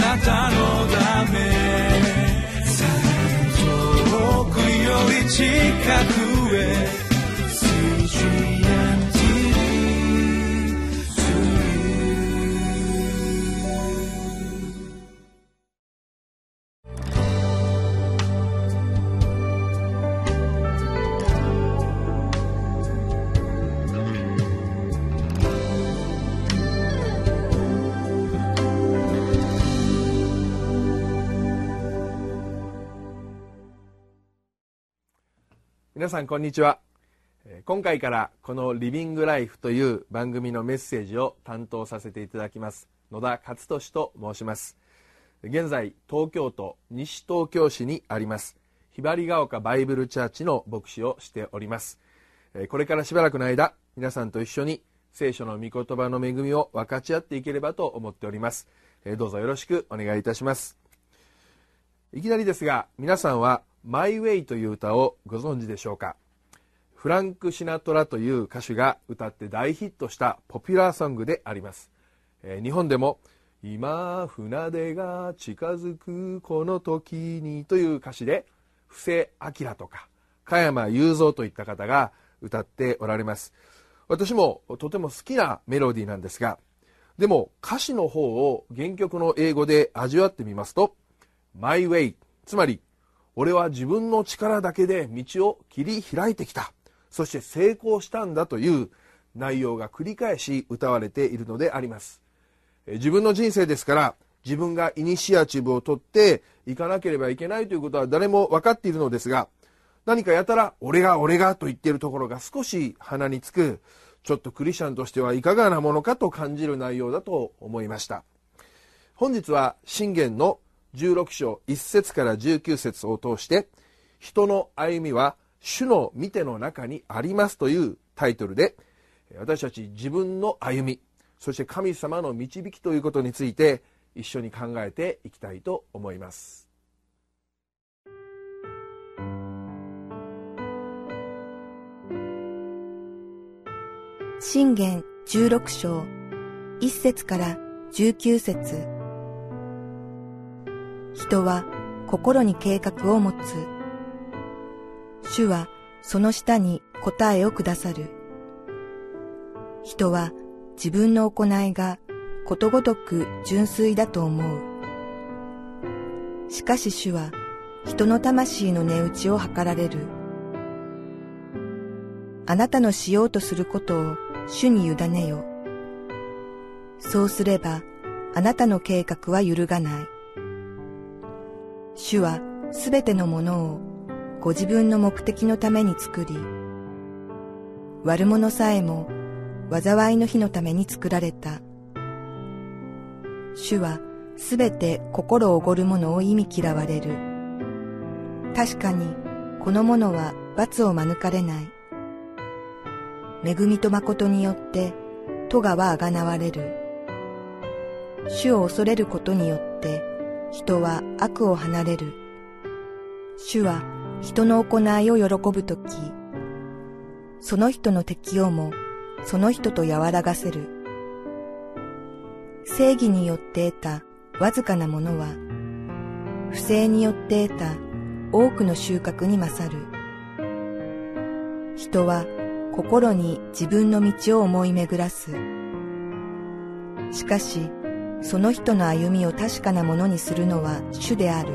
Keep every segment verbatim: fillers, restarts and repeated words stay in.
なたのため遠くより近くへ皆さんこんにちは。今回からこのリビングライフという番組のメッセージを担当させていただきます野田勝利と申します。現在東京都西東京市にありますひばりが丘バイブルチャーチの牧師をしております。これからしばらくの間皆さんと一緒に聖書の御言葉の恵みを分かち合っていければと思っております。どうぞよろしくお願いいたします。いきなりですが皆さんはマイウェイという歌をご存知でしょうか。フランク・シナトラという歌手が歌って大ヒットしたポピュラーソングであります。えー、日本でも今船出が近づくこの時にという歌詞で布施明とか加山雄三といった方が歌っておられます。私もとても好きなメロディーなんですが、でも歌詞の方を原曲の英語で味わってみますと、マイウェイ、つまり俺は自分の力だけで道を切り開いてきた、そして成功したんだという内容が繰り返し歌われているのであります。自分の人生ですから自分がイニシアチブを取っていかなければいけないということは誰も分かっているのですが、何かやたら俺が俺がと言っているところが少し鼻につく、ちょっとクリスチャンとしてはいかがなものかと感じる内容だと思いました。本日は箴言のじゅうろく章いち節からじゅうきゅう節を通して、人の歩みは主の御手の中にありますというタイトルで、私たち自分の歩み、そして神様の導きということについて一緒に考えていきたいと思います。 箴言じゅうろく章いち節からじゅうきゅう節。人は心に計画を持つ。主はその下に答えをくださる。人は自分の行いがことごとく純粋だと思う。しかし主は人の魂の値打ちを測られる。あなたのしようとすることを主に委ねよ。そうすればあなたの計画は揺るがない。主はすべてのものをご自分の目的のために作り、悪者さえも災いの日のために作られた。主はすべて心おごる者を忌み嫌われる。確かにこの者は罰を免れない。恵みと誠によって咎はあがなわれる。主を恐れることによって人は悪を離れる。主は人の行いを喜ぶとき、その人の敵をもその人と和らがせる。正義によって得たわずかなものは、不正によって得た多くの収穫に勝る。人は心に自分の道を思い巡らす。しかし、その人の歩みを確かなものにするのは主である。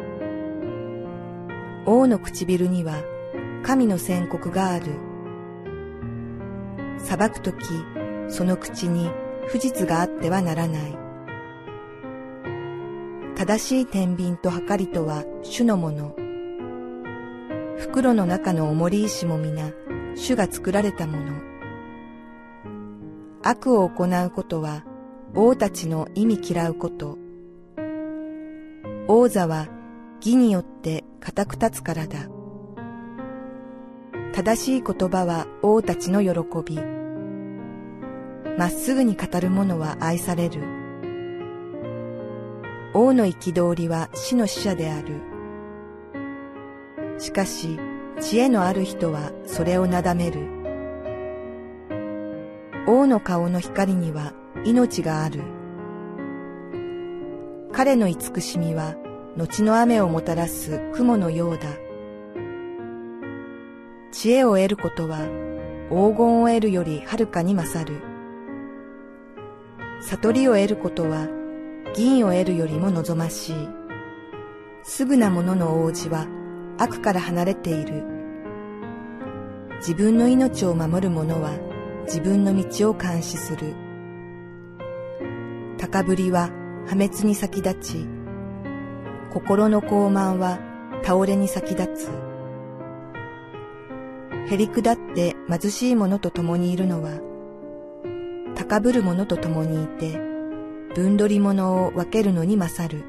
王の唇には神の宣告がある。裁くとき、その口に不実があってはならない。正しい天秤と計りとは主のもの。袋の中の重り石も皆主が作られたもの。悪を行うことは王たちの忌み嫌うこと。王座は義によって固く立つからだ。正しい言葉は王たちの喜び。まっすぐに語る者は愛される。王の憤りは死の使者である。しかし、知恵のある人はそれをなだめる。王の顔の光には命がある。 彼の慈しみは後の雨をもたらす雲のようだ。知恵を得ることは黄金を得るよりはるかに勝る。悟りを得ることは銀を得るよりも望ましい。すぐなものの王子は悪から離れている。自分の命を守る者は自分の道を監視する。高ぶりは破滅に先立ち、心の傲慢は倒れに先立つ。へりくだって貧しい者と共にいるのは、高ぶる者と共にいて、分取り物を分けるのに勝る。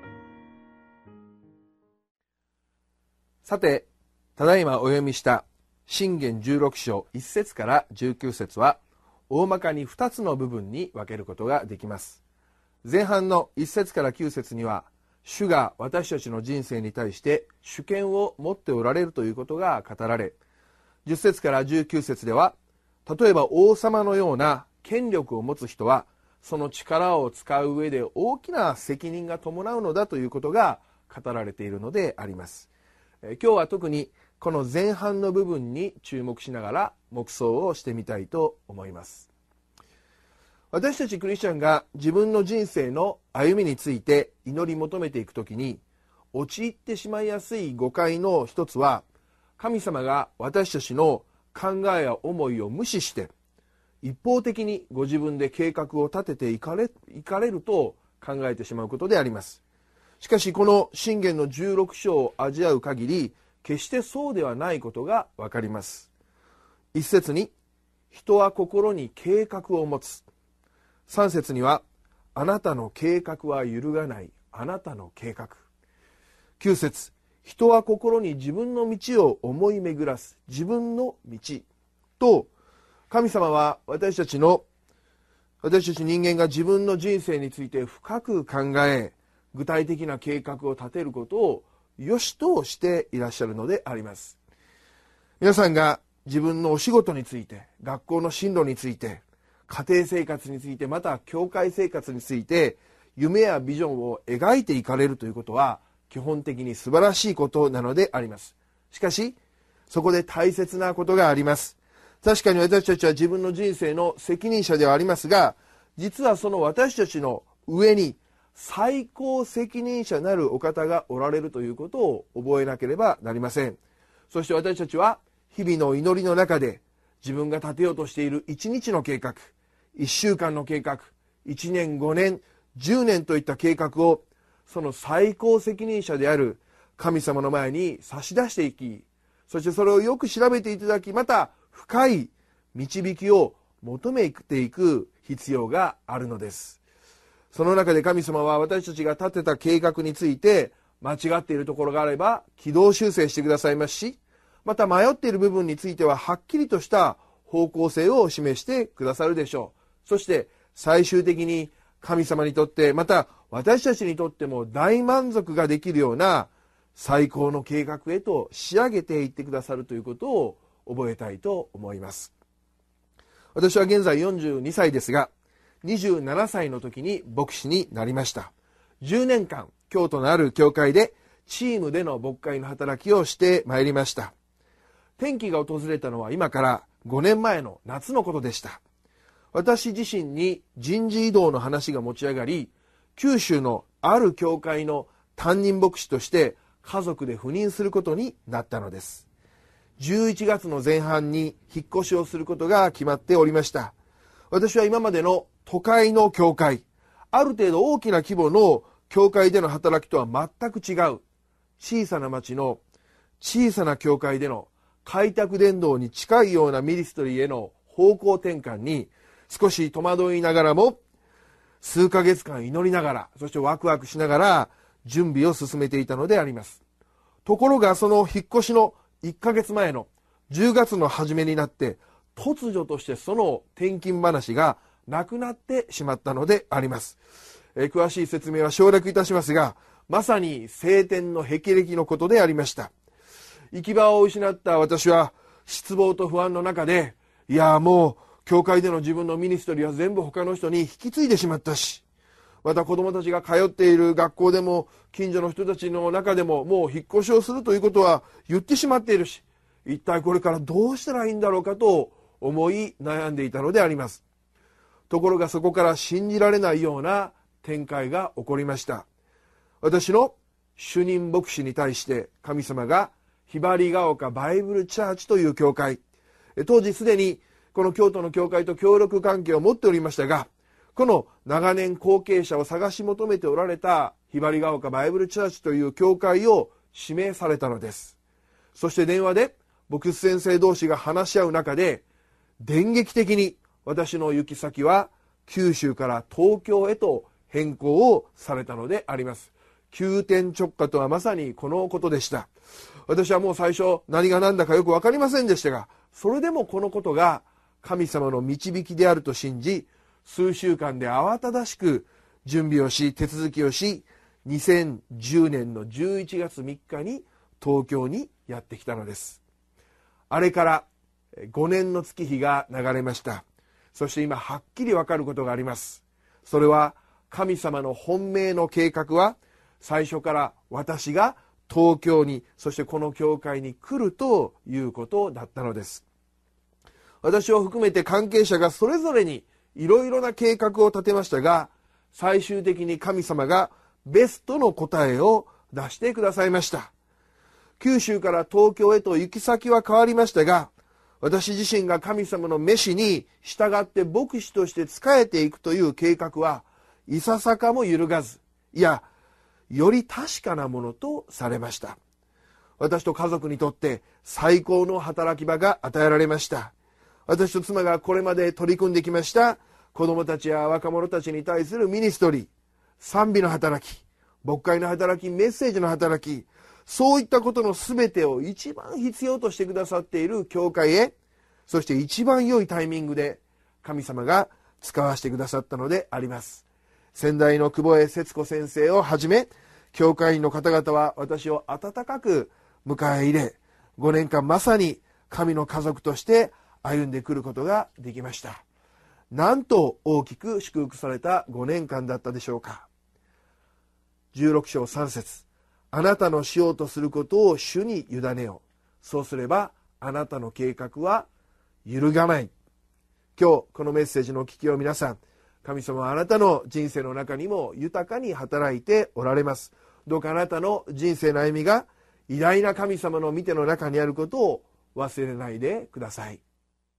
さて、ただいまお読みした箴言じゅうろく章いち節からじゅうきゅう節は、大まかにふたつの部分に分けることができます。前半のいち節からきゅう節には、主が私たちの人生に対して主権を持っておられるということが語られ、じゅっ節からじゅうきゅう節では、例えば王様のような権力を持つ人は、その力を使う上で大きな責任が伴うのだということが語られているのであります。え今日は特にこの前半の部分に注目しながら黙想をしてみたいと思います。私たちクリスチャンが自分の人生の歩みについて祈り求めていくときに、陥ってしまいやすい誤解の一つは、神様が私たちの考えや思いを無視して一方的にご自分で計画を立てていかれ、いかれると考えてしまうことであります。しかしこの箴言のじゅうろく章を味わう限り、決してそうではないことがわかります。一節に、人は心に計画を持つ。三節には、あなたの計画は揺るがない、あなたの計画。九節、人は心に自分の道を思い巡らす、自分の道と、神様は私たちの、私たち人間が自分の人生について深く考え、具体的な計画を立てることを良しとしていらっしゃるのであります。皆さんが自分のお仕事について、学校の進路について、家庭生活について、また教会生活について、夢やビジョンを描いていかれるということは、基本的に素晴らしいことなのであります。しかし、そこで大切なことがあります。確かに私たちは自分の人生の責任者ではありますが、実はその私たちの上に最高責任者なるお方がおられるということを覚えなければなりません。そして私たちは日々の祈りの中で自分が立てようとしている一日の計画、一週間の計画、一年、五年、十年といった計画をその最高責任者である神様の前に差し出していき、そしてそれをよく調べていただき、また深い導きを求めていく必要があるのです。その中で神様は私たちが立てた計画について間違っているところがあれば軌道修正してくださいますし、また迷っている部分についてははっきりとした方向性を示してくださるでしょう。そして最終的に神様にとって、また私たちにとっても大満足ができるような最高の計画へと仕上げていってくださるということを覚えたいと思います。私は現在よんじゅうにさいですが、にじゅうななさいの時に牧師になりました。じゅうねんかん京都のある教会でチームでの牧会の働きをしてまいりました。転機が訪れたのは今からごねんまえの夏のことでした。私自身に人事異動の話が持ち上がり、九州のある教会の担任牧師として家族で赴任することになったのです。じゅういちがつの前半に引っ越しをすることが決まっておりました。私は今までの都会の教会、ある程度大きな規模の教会での働きとは全く違う小さな町の小さな教会での開拓伝道に近いようなミニストリーへの方向転換に少し戸惑いながらも数ヶ月間祈りながら、そしてワクワクしながら準備を進めていたのであります。ところがその引っ越しのいっかげつまえのじゅうがつの初めになって突如としてその転勤話がなくなってしまったのであります。えー、詳しい説明は省略いたしますが、まさに晴天の霹靂のことでありました。行き場を失った私は失望と不安の中で、いやもう教会での自分のミニストリーは全部他の人に引き継いでしまったし、 また子どもたちが通っている学校でも近所の人たちの中でももう引っ越しをするということは言ってしまっているし、一体これからどうしたらいいんだろうかと思い悩んでいたのであります。ところがそこから信じられないような展開が起こりました。私の主任牧師に対して神様がひばりが丘バイブルチャーチという教会、当時すでにこの京都の教会と協力関係を持っておりましたが、この長年後継者を探し求めておられたひばりが丘バイブルチャーチという教会を指名されたのです。そして電話で牧師先生同士が話し合う中で、電撃的に私の行き先は九州から東京へと変更をされたのであります。急転直下とはまさにこのことでした。私はもう最初何が何だかよく分かりませんでしたが、それでもこのことが神様の導きであると信じ、数週間で慌ただしく準備をし手続きをし、にせんじゅうねんのじゅういちがつみっかに東京にやってきたのです。あれからごねんの月日が流れました。そして今はっきり分かることがあります。それは神様の本命の計画は最初から私が東京に、そしてこの教会に来るということだったのです。私を含めて関係者がそれぞれにいろいろな計画を立てましたが、最終的に神様がベストの答えを出してくださいました。九州から東京へと行き先は変わりましたが、私自身が神様の召しに従って牧師として仕えていくという計画はいささかも揺るがず、いやより確かなものとされました。私と家族にとって最高の働き場が与えられました。私と妻がこれまで取り組んできました子どもたちや若者たちに対するミニストリー、賛美の働き、牧会の働き、メッセージの働き、そういったことの全てを一番必要としてくださっている教会へ、そして一番良いタイミングで神様が使わせてくださったのであります。先代の久保江節子先生をはじめ教会員の方々は私を温かく迎え入れ、ごねんかんまさに神の家族として歩んでくることができました。なんと大きく祝福されたごねんかんだったでしょうか。じゅうろくしょうさんせつ、あなたのしようとすることを主に委ねよう。そうすればあなたの計画は揺るがない。今日このメッセージのお聞きを皆さん、神様はあなたの人生の中にも豊かに働いておられます。どうかあなたの人生の歩みが偉大な神様の御手の中にあることを忘れないでください。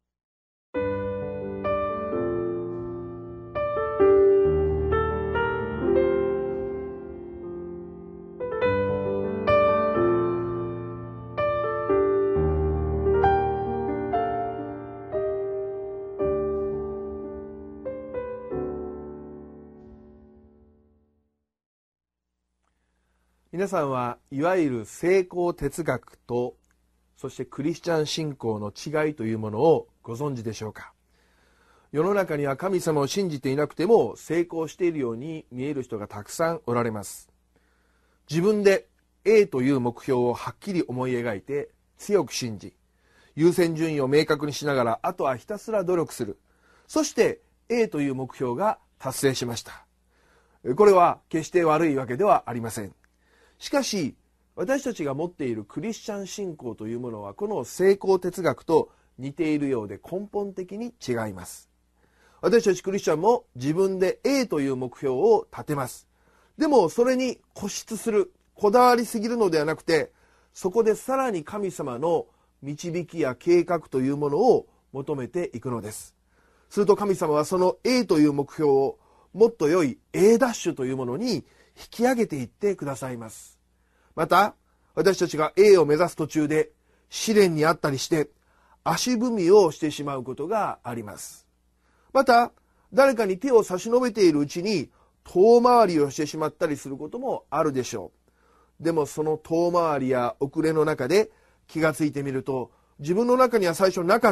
皆さんはいわゆる成功哲学とそしてクリスチャン信仰の違いというものをご存知でしょうか。世の中には神様を信じていなくても成功しているように見える人がたくさんおられます。自分で A という目標をはっきり思い描いて強く信じ、優先順位を明確にしながらあとはひたすら努力する。そして A という目標が達成しました。これは決して悪いわけではありません。しかし私たちが持っているクリスチャン信仰というものはこの成功哲学と似ているようで根本的に違います。私たちクリスチャンも自分で A という目標を立てます。でもそれに固執する、こだわりすぎるのではなくて、そこでさらに神様の導きや計画というものを求めていくのです。すると神様はその A という目標をもっと良い A ダッシュというものに引き上げていってくださいます。また私たちが A を目指す途中で試練にあったりして足踏みをしてしまうことがあります。また誰かに手を差し伸べているうちに遠回りをしてしまったりすることもあるでしょう。でもその遠回りや遅れの中で気がついてみると、自分の中には最初なかった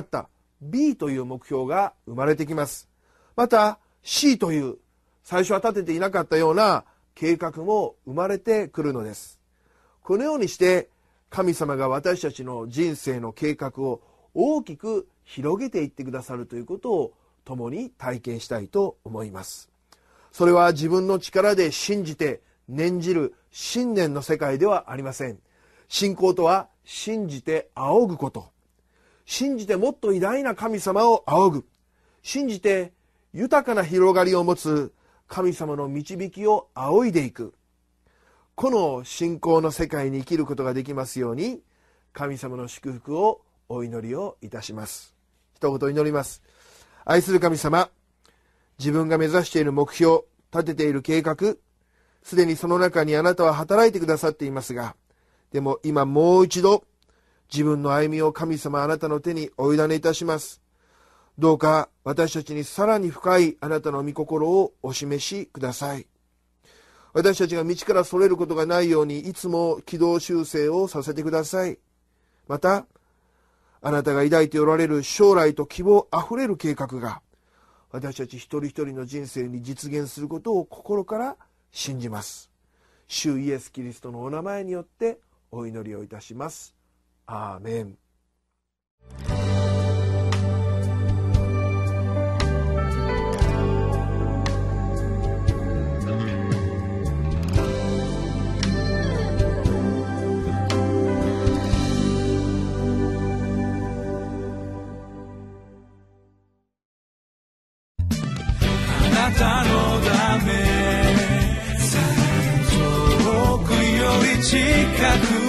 B という目標が生まれてきます。また C という最初は立てていなかったような計画も生まれてくるのです。このようにして神様が私たちの人生の計画を大きく広げていってくださるということを共に体験したいと思います。 それは自分の力で信じて念じる信念の世界ではありません。信仰とは信じて仰ぐこと。信じてもっと偉大な神様を仰ぐ。信じて豊かな広がりを持つ神様の導きを仰いでいく。この信仰の世界に生きることができますように、神様の祝福をお祈りをいたします。一言祈ります。愛する神様、自分が目指している目標、立てている計画、すでにその中にあなたは働いてくださっていますが、でも今もう一度、自分の歩みを神様あなたの手にお委ねいたします。どうか私たちにさらに深いあなたの御心をお示しください。私たちが道からそれることがないように、いつも軌道修正をさせてください。また、あなたが抱いておられる将来と希望あふれる計画が、私たち一人一人の人生に実現することを心から信じます。主イエス・キリストのお名前によってお祈りをいたします。アーメン。 あなたのため遠くより近く